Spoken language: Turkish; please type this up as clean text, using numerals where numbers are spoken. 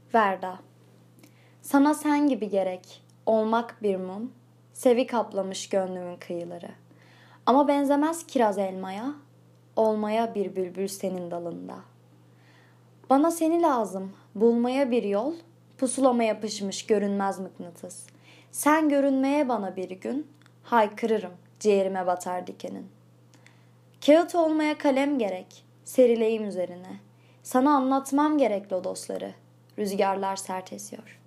Verda. Sana sen gibi gerek, olmak bir mum, sevi kaplamış gönlümün kıyıları. Ama benzemez kiraz elmaya, olmaya bir bülbül senin dalında. Bana seni lazım, bulmaya bir yol, pusulama yapışmış görünmez mıknatıs. Sen görünmeye bana bir gün, haykırırım, ciğerime batar dikenin. Kağıt olmaya kalem gerek, serileyim üzerine. Sana anlatmam gerek lodosları, rüzgarlar sert esiyor.